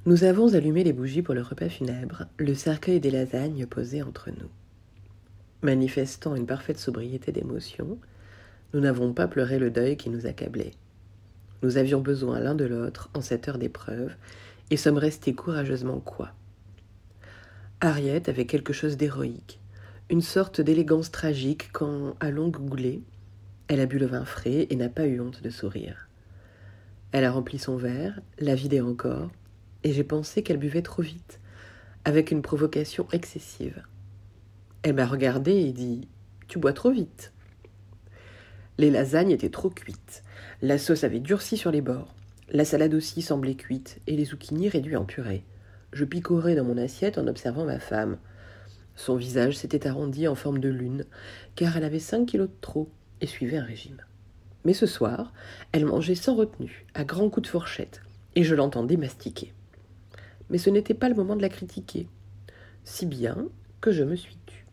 Nous avons allumé les bougies pour le repas funèbre, le cercueil des lasagnes posé entre nous. Manifestant une parfaite sobriété d'émotion, nous n'avons pas pleuré le deuil qui nous accablait. Nous avions besoin l'un de l'autre en cette heure d'épreuve et sommes restés courageusement cois. Harriet avait quelque chose d'héroïque, une sorte d'élégance tragique quand, à longue goulée, elle a bu le vin frais et n'a pas eu honte de sourire. Elle a rempli son verre, l'a vidé encore, et j'ai pensé qu'elle buvait trop vite, avec une provocation excessive. Elle m'a regardé et dit « Tu bois trop vite ». Les lasagnes étaient trop cuites, la sauce avait durci sur les bords, la salade aussi semblait cuite, et les zucchini réduits en purée. Je picorais dans mon assiette en observant ma femme. Son visage s'était arrondi en forme de lune, car elle avait 5 kilos de trop et suivait un régime. Mais ce soir, elle mangeait sans retenue, à grands coups de fourchette, et je l'entendais mastiquer. Mais ce n'était pas le moment de la critiquer, si bien que je me suis tue.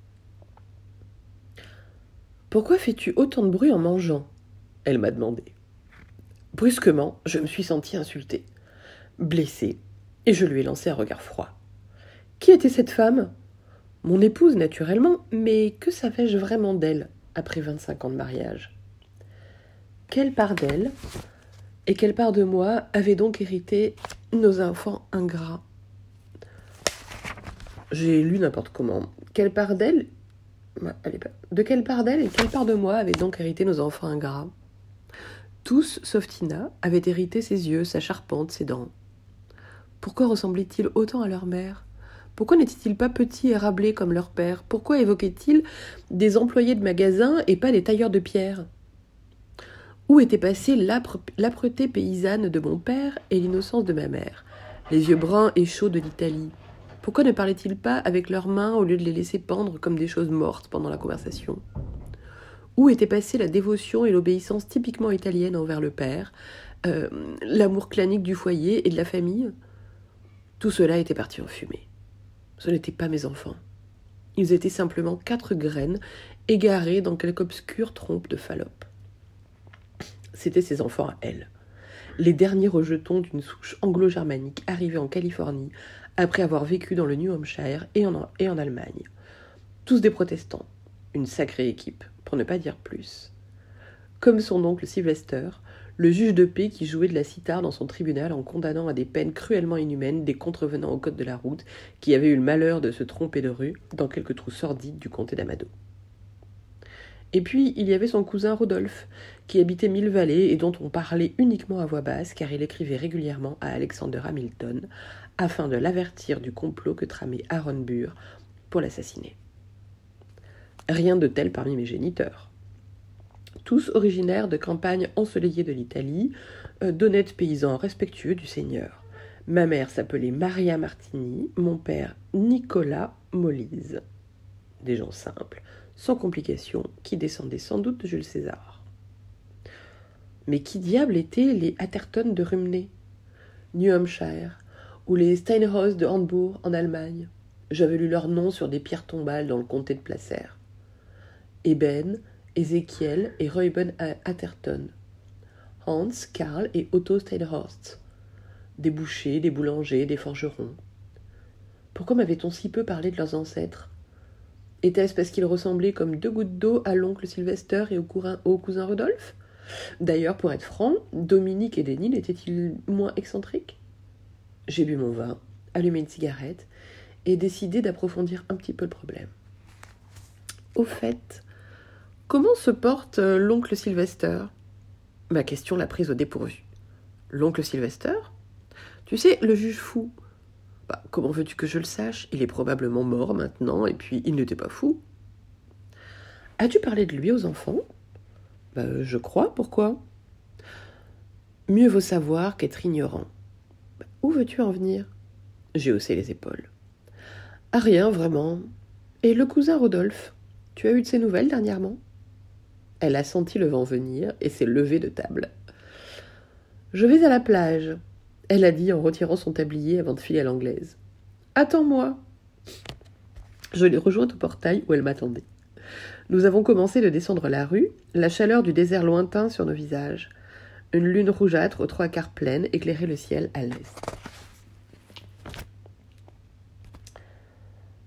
« Pourquoi fais-tu autant de bruit en mangeant ?» elle m'a demandé. Brusquement, je me suis sentie insultée, blessée, et je lui ai lancé un regard froid. Qui était cette femme ? Mon épouse, naturellement, mais que savais-je vraiment d'elle après 25 ans de mariage ? Quelle part d'elle et quelle part de moi avait donc hérité nos enfants ingrats ? J'ai lu n'importe comment. Quelle part d'elle De quelle part d'elle et quelle part de moi avait donc hérité nos enfants ingrats ? Tous, sauf Tina, avaient hérité ses yeux, sa charpente, ses dents. Pourquoi ressemblaient-ils autant à leur mère ? Pourquoi n'étaient-ils pas petits et rablés comme leur père ? Pourquoi évoquaient-ils des employés de magasin et pas des tailleurs de pierre ? Où était passée l'âpreté paysanne de mon père et l'innocence de ma mère, les yeux bruns et chauds de l'Italie ? Pourquoi ne parlaient-ils pas avec leurs mains au lieu de les laisser pendre comme des choses mortes pendant la conversation ? Où était passée la dévotion et l'obéissance typiquement italienne envers le père, l'amour clanique du foyer et de la famille ? Tout cela était parti en fumée. Ce n'étaient pas mes enfants. Ils étaient simplement 4 graines égarées dans quelque obscure trompe de Fallope. C'étaient ses enfants à elle, les derniers rejetons d'une souche anglo-germanique arrivée en Californie après avoir vécu dans le New Hampshire et en Allemagne. Tous des protestants, une sacrée équipe, pour ne pas dire plus. Comme son oncle Sylvester, le juge de paix qui jouait de la cithare dans son tribunal en condamnant à des peines cruellement inhumaines des contrevenants au code de la route qui avaient eu le malheur de se tromper de rue dans quelques trous sordides du comté d'Amado. Et puis, il y avait son cousin Rodolphe, qui habitait Mill Valley et dont on parlait uniquement à voix basse car il écrivait régulièrement à Alexander Hamilton afin de l'avertir du complot que tramait Aaron Burr pour l'assassiner. Rien de tel parmi mes géniteurs. Tous originaires de campagnes ensoleillées de l'Italie, d'honnêtes paysans respectueux du Seigneur. Ma mère s'appelait Maria Martini, mon père Nicolas Molise. Des gens simples, sans complications, qui descendaient sans doute de Jules César. Mais qui diable étaient les Atherton de Rumney, New Hampshire, ou les Steinhaus de Hambourg en Allemagne ? J'avais lu leurs noms sur des pierres tombales dans le comté de Placer. Eben, Ézéchiel et Reuben Atherton, Hans, Karl et Otto Steinhorst, des bouchers, des boulangers, des forgerons. Pourquoi m'avait-on si peu parlé de leurs ancêtres ? Était-ce parce qu'ils ressemblaient comme 2 gouttes d'eau à l'oncle Sylvester et au cousin Rodolphe ? D'ailleurs, pour être franc, Dominique et Denis étaient-ils moins excentriques ? J'ai bu mon vin, allumé une cigarette et décidé d'approfondir un petit peu le problème. Au fait, comment se porte l'oncle Sylvester ? Ma question l'a prise au dépourvu. L'oncle Sylvester ? Tu sais, le juge fou. Comment veux-tu que je le sache ? Il est probablement mort maintenant, et puis il n'était pas fou. As-tu parlé de lui aux enfants ? Je crois, pourquoi ? Mieux vaut savoir qu'être ignorant. Où veux-tu en venir ? J'ai haussé les épaules. Ah, rien, vraiment. Et le cousin Rodolphe ? Tu as eu de ses nouvelles dernièrement ? Elle a senti le vent venir et s'est levée de table. Je vais à la plage, elle a dit en retirant son tablier avant de filer à l'anglaise. Attends-moi. Je l'ai rejointe au portail où elle m'attendait. Nous avons commencé de descendre la rue, la chaleur du désert lointain sur nos visages. Une lune rougeâtre aux 3/4 pleine éclairait le ciel à l'est.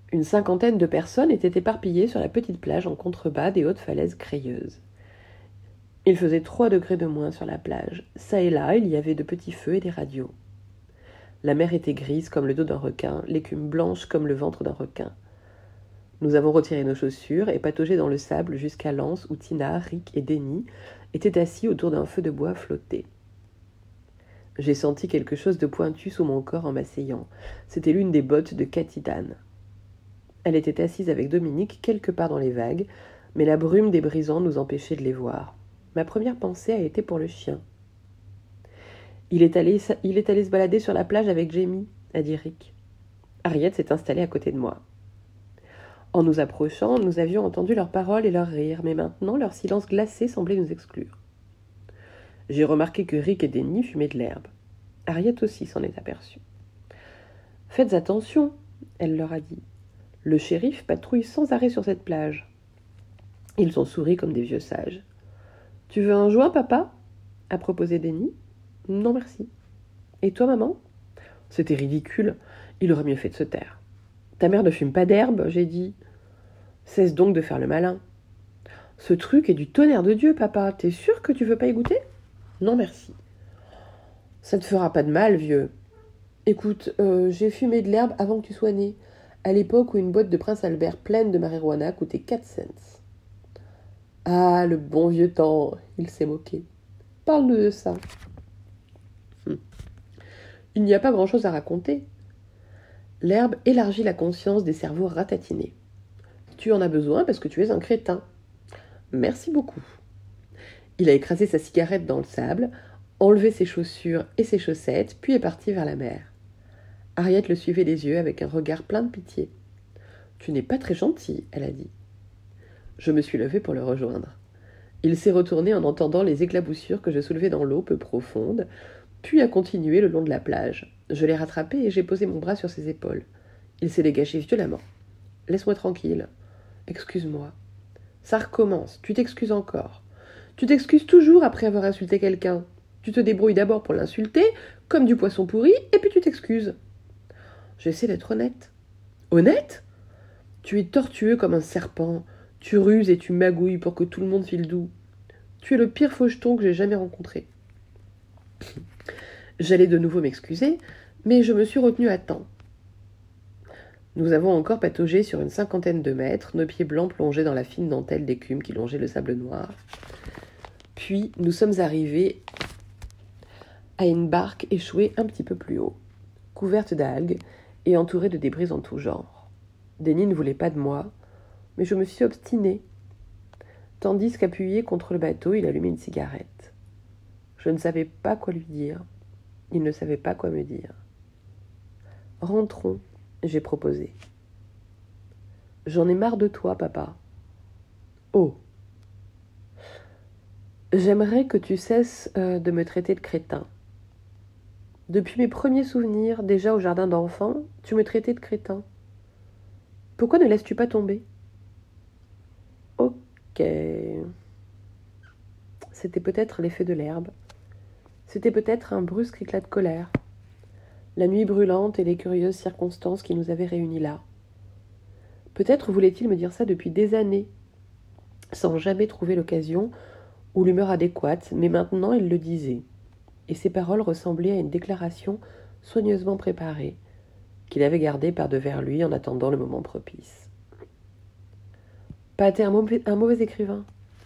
Une cinquantaine de personnes étaient éparpillées sur la petite plage en contrebas des hautes falaises crayeuses. Il faisait 3 degrés de moins sur la plage. Ça et là, il y avait de petits feux et des radios. La mer était grise comme le dos d'un requin, l'écume blanche comme le ventre d'un requin. Nous avons retiré nos chaussures et pataugé dans le sable jusqu'à l'anse où Tina, Rick et Denny étaient assis autour d'un feu de bois flotté. J'ai senti quelque chose de pointu sous mon corps en m'asseyant. C'était l'une des bottes de Cathy Dan. Elle était assise avec Dominique quelque part dans les vagues, mais la brume des brisants nous empêchait de les voir. Ma première pensée a été pour le chien. Il est allé se balader sur la plage avec Jamie, a dit Rick. Harriet s'est installée à côté de moi. En nous approchant, nous avions entendu leurs paroles et leurs rires, mais maintenant leur silence glacé semblait nous exclure. J'ai remarqué que Rick et Denny fumaient de l'herbe. Harriet aussi s'en est aperçue. « Faites attention, elle leur a dit. Le shérif patrouille sans arrêt sur cette plage. » Ils ont souri comme des vieux sages. « Tu veux un joint, papa ?» a proposé Denny. « Non, merci. »« Et toi, maman ?» C'était ridicule. Il aurait mieux fait de se taire. « Ta mère ne fume pas d'herbe, j'ai dit. »« Cesse donc de faire le malin. »« Ce truc est du tonnerre de Dieu, papa. T'es sûr que tu veux pas y goûter ?»« Non, merci. »« Ça te fera pas de mal, vieux. Écoute, j'ai fumé de l'herbe avant que tu sois né, à l'époque où une boîte de Prince Albert pleine de marijuana coûtait 4 cents. »« Ah, le bon vieux temps !» il s'est moqué. « Parle-nous de ça. » Il n'y a pas grand-chose à raconter. L'herbe élargit la conscience des cerveaux ratatinés. Tu en as besoin parce que tu es un crétin. Merci beaucoup. Il a écrasé sa cigarette dans le sable, enlevé ses chaussures et ses chaussettes, puis est parti vers la mer. Harriet le suivait des yeux avec un regard plein de pitié. « Tu n'es pas très gentil, » elle a dit. Je me suis levée pour le rejoindre. Il s'est retourné en entendant les éclaboussures que je soulevais dans l'eau peu profonde, puis a continué le long de la plage. Je l'ai rattrapé et j'ai posé mon bras sur ses épaules. Il s'est dégagé violemment. « Laisse-moi tranquille. »« Excuse-moi. »« Ça recommence. Tu t'excuses encore. Tu t'excuses toujours après avoir insulté quelqu'un. Tu te débrouilles d'abord pour l'insulter, comme du poisson pourri, et puis tu t'excuses. » J'essaie d'être honnête. « Honnête ? Tu es tortueux comme un serpent. Tu ruses et tu magouilles pour que tout le monde file doux. Tu es le pire faucheton que j'ai jamais rencontré. » J'allais de nouveau m'excuser, mais je me suis retenue à temps. Nous avons encore pataugé sur une 50aine de mètres, nos pieds blancs plongés dans la fine dentelle d'écume qui longeait le sable noir. Puis nous sommes arrivés à une barque échouée un petit peu plus haut, couverte d'algues et entourée de débris en tout genre. Denny ne voulait pas de moi, mais je me suis obstinée. Tandis qu'appuyé contre le bateau, il allumait une cigarette. Je ne savais pas quoi lui dire. Il ne savait pas quoi me dire. « Rentrons », j'ai proposé. « J'en ai marre de toi, papa. »« Oh !»« J'aimerais que tu cesses de me traiter de crétin. Depuis mes premiers souvenirs, déjà au jardin d'enfants, tu me traitais de crétin. Pourquoi ne laisses-tu pas tomber ?»« Ok. » C'était peut-être l'effet de l'herbe. C'était peut-être un brusque éclat de colère. La nuit brûlante et les curieuses circonstances qui nous avaient réunis là. Peut-être voulait-il me dire ça depuis des années, sans jamais trouver l'occasion ou l'humeur adéquate, mais maintenant il le disait, et ses paroles ressemblaient à une déclaration soigneusement préparée, qu'il avait gardée par devers lui en attendant le moment propice. Pas été un mauvais écrivain.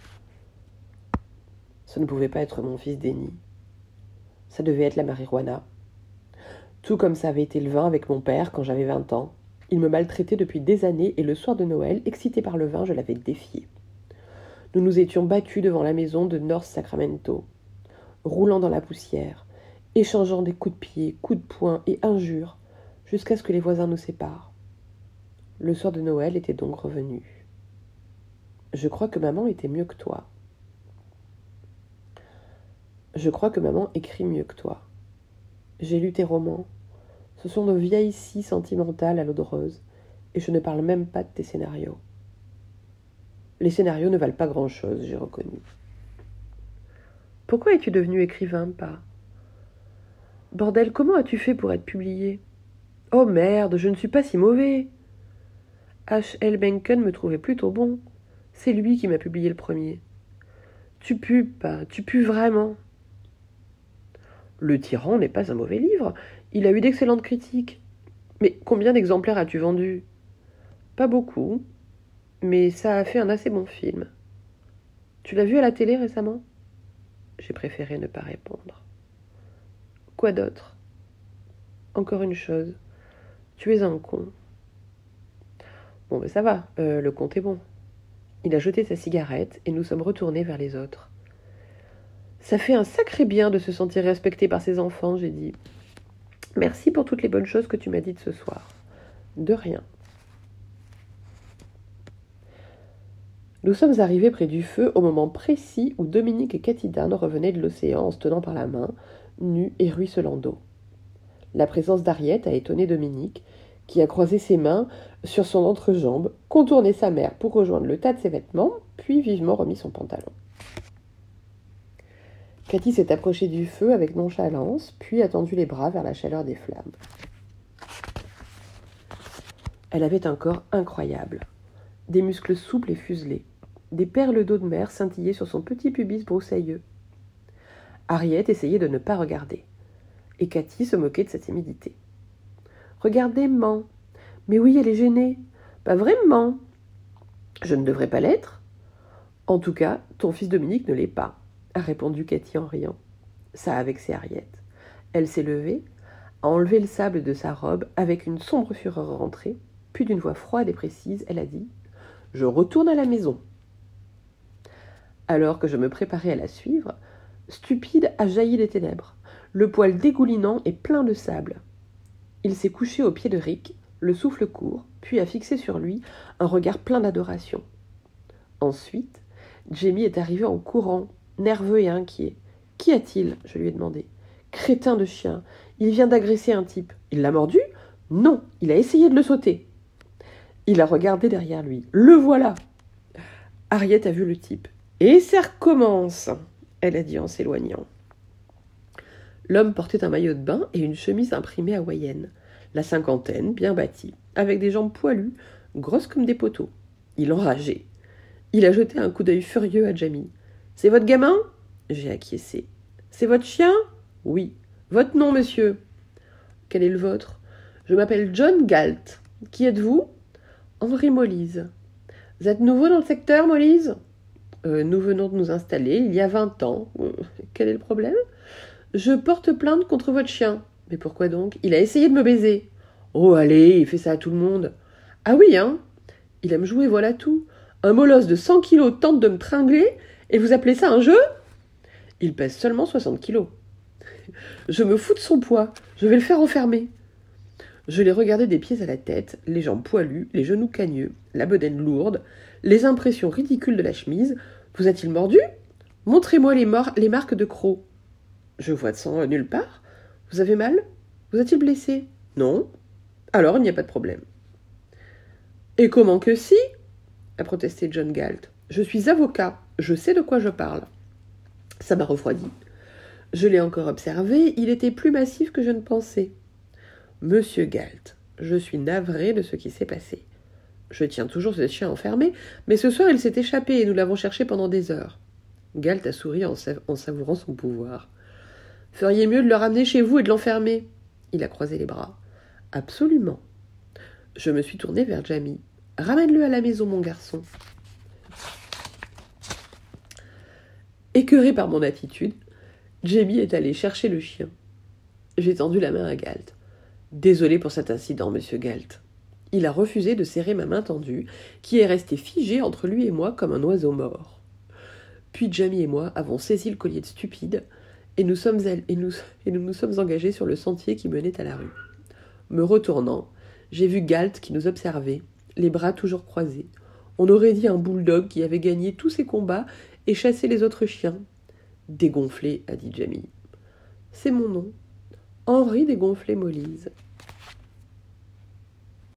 Ce ne pouvait pas être mon fils Denny. Ça devait être la marijuana. Tout comme ça avait été le vin avec mon père quand j'avais 20 ans. Il me maltraitait depuis des années et le soir de Noël, excité par le vin, je l'avais défié. Nous nous étions battus devant la maison de North Sacramento, roulant dans la poussière, échangeant des coups de pied, coups de poing et injures, jusqu'à ce que les voisins nous séparent. Le soir de Noël était donc revenu. Je crois que maman était mieux que toi. Je crois que maman écrit mieux que toi. J'ai lu tes romans. Ce sont de vieilles scies sentimentales à l'eau de rose, et je ne parle même pas de tes scénarios. Les scénarios ne valent pas grand-chose, j'ai reconnu. Pourquoi es-tu devenu écrivain, pas ? Bordel, comment as-tu fait pour être publié ? Oh merde, je ne suis pas si mauvais. H.L. Mencken me trouvait plutôt bon. C'est lui qui m'a publié le premier. Tu pues pas, tu pues vraiment. Le Tyran n'est pas un mauvais livre. Il a eu d'excellentes critiques. Mais combien d'exemplaires as-tu vendu? Pas beaucoup, mais ça a fait un assez bon film. Tu l'as vu à la télé récemment? J'ai préféré ne pas répondre. Quoi d'autre? Encore une chose. Tu es un con. Bon, ben ça va, le compte est bon. Il a jeté sa cigarette et nous sommes retournés vers les autres. Ça fait un sacré bien de se sentir respecté par ses enfants, j'ai dit. Merci pour toutes les bonnes choses que tu m'as dites ce soir. De rien. Nous sommes arrivés près du feu au moment précis où Dominique et Cathy Dan revenaient de l'océan en se tenant par la main, nus et ruisselant d'eau. La présence d'Harriet a étonné Dominique, qui a croisé ses mains sur son entrejambe, contourné sa mère pour rejoindre le tas de ses vêtements, puis vivement remis son pantalon. Cathy s'est approchée du feu avec nonchalance, puis a tendu les bras vers la chaleur des flammes. Elle avait un corps incroyable, des muscles souples et fuselés, des perles d'eau de mer scintillaient sur son petit pubis broussailleux. Harriet essayait de ne pas regarder, et Cathy se moquait de sa timidité. « Regardez, maman. Mais oui, elle est gênée. Pas vraiment. Je ne devrais pas l'être. En tout cas, ton fils Dominique ne l'est pas, a répondu Cathy en riant. Ça a vexé Harriet. Elle s'est levée, a enlevé le sable de sa robe avec une sombre fureur rentrée, puis d'une voix froide et précise, elle a dit « Je retourne à la maison. » Alors que je me préparais à la suivre, Stupide a jailli des ténèbres, le poil dégoulinant et plein de sable. Il s'est couché au pied de Rick, le souffle court, puis a fixé sur lui un regard plein d'adoration. Ensuite, Jamie est arrivé en courant, nerveux et inquiet. « Qu'y a-t-il » je lui ai demandé. « Crétin de chien, il vient d'agresser un type. Il l'a mordu ? Non, il a essayé de le sauter. » Il a regardé derrière lui. « Le voilà !» Harriet a vu le type. « Et ça recommence !» elle a dit en s'éloignant. L'homme portait un maillot de bain et une chemise imprimée hawaïenne. La cinquantaine, bien bâtie, avec des jambes poilues, grosses comme des poteaux. Il enrageait. Il a jeté un coup d'œil furieux à Jamie. « C'est votre gamin ?» J'ai acquiescé. « C'est votre chien ?» Oui. « Votre nom, monsieur ?»« Quel est le vôtre ?»« Je m'appelle John Galt. Qui êtes-vous ?»« Henri Mollise. »« Vous êtes nouveau dans le secteur, Mollise ?»« Nous venons de nous installer il y a 20 ans. Quel est le problème ?»« Je porte plainte contre votre chien. »« Mais pourquoi donc ? Il a essayé de me baiser. »« Oh, allez, il fait ça à tout le monde. »« Ah oui, hein ? Il aime jouer, voilà tout. Un molosse de 100 kilos tente de me tringler et vous appelez ça un jeu ? Il pèse seulement 60 kilos. Je me fous de son poids. Je vais le faire enfermer. » Je l'ai regardé des pieds à la tête, les jambes poilues, les genoux cagneux, la bedaine lourde, les impressions ridicules de la chemise. « Vous a-t-il mordu ? Montrez-moi les marques de crocs. »« Je vois de sang nulle part. Vous avez mal ? Vous a-t-il blessé ? Non. Alors il n'y a pas de problème. »« Et comment que si ?» a protesté John Galt. « Je suis avocat. Je sais de quoi je parle. » Ça m'a refroidi. Je l'ai encore observé, il était plus massif que je ne pensais. « Monsieur Galt, je suis navré de ce qui s'est passé. Je tiens toujours ce chien enfermé, mais ce soir il s'est échappé et nous l'avons cherché pendant des heures. » Galt a souri en savourant son pouvoir. « Feriez mieux de le ramener chez vous et de l'enfermer. » Il a croisé les bras. « Absolument. » Je me suis tournée vers Jamie. « Ramène-le à la maison, mon garçon. » Écœuré par mon attitude, Jamie est allé chercher le chien. J'ai tendu la main à Galt. « Désolé pour cet incident, monsieur Galt. » Il a refusé de serrer ma main tendue, qui est restée figée entre lui et moi comme un oiseau mort. Puis Jamie et moi avons saisi le collier de Stupide, et nous nous sommes engagés sur le sentier qui menait à la rue. Me retournant, j'ai vu Galt qui nous observait, les bras toujours croisés. On aurait dit un bulldog qui avait gagné tous ses combats et chassé les autres chiens. « Dégonflé » a dit Jamie. « C'est mon nom. Henri Dégonflé Mollise. »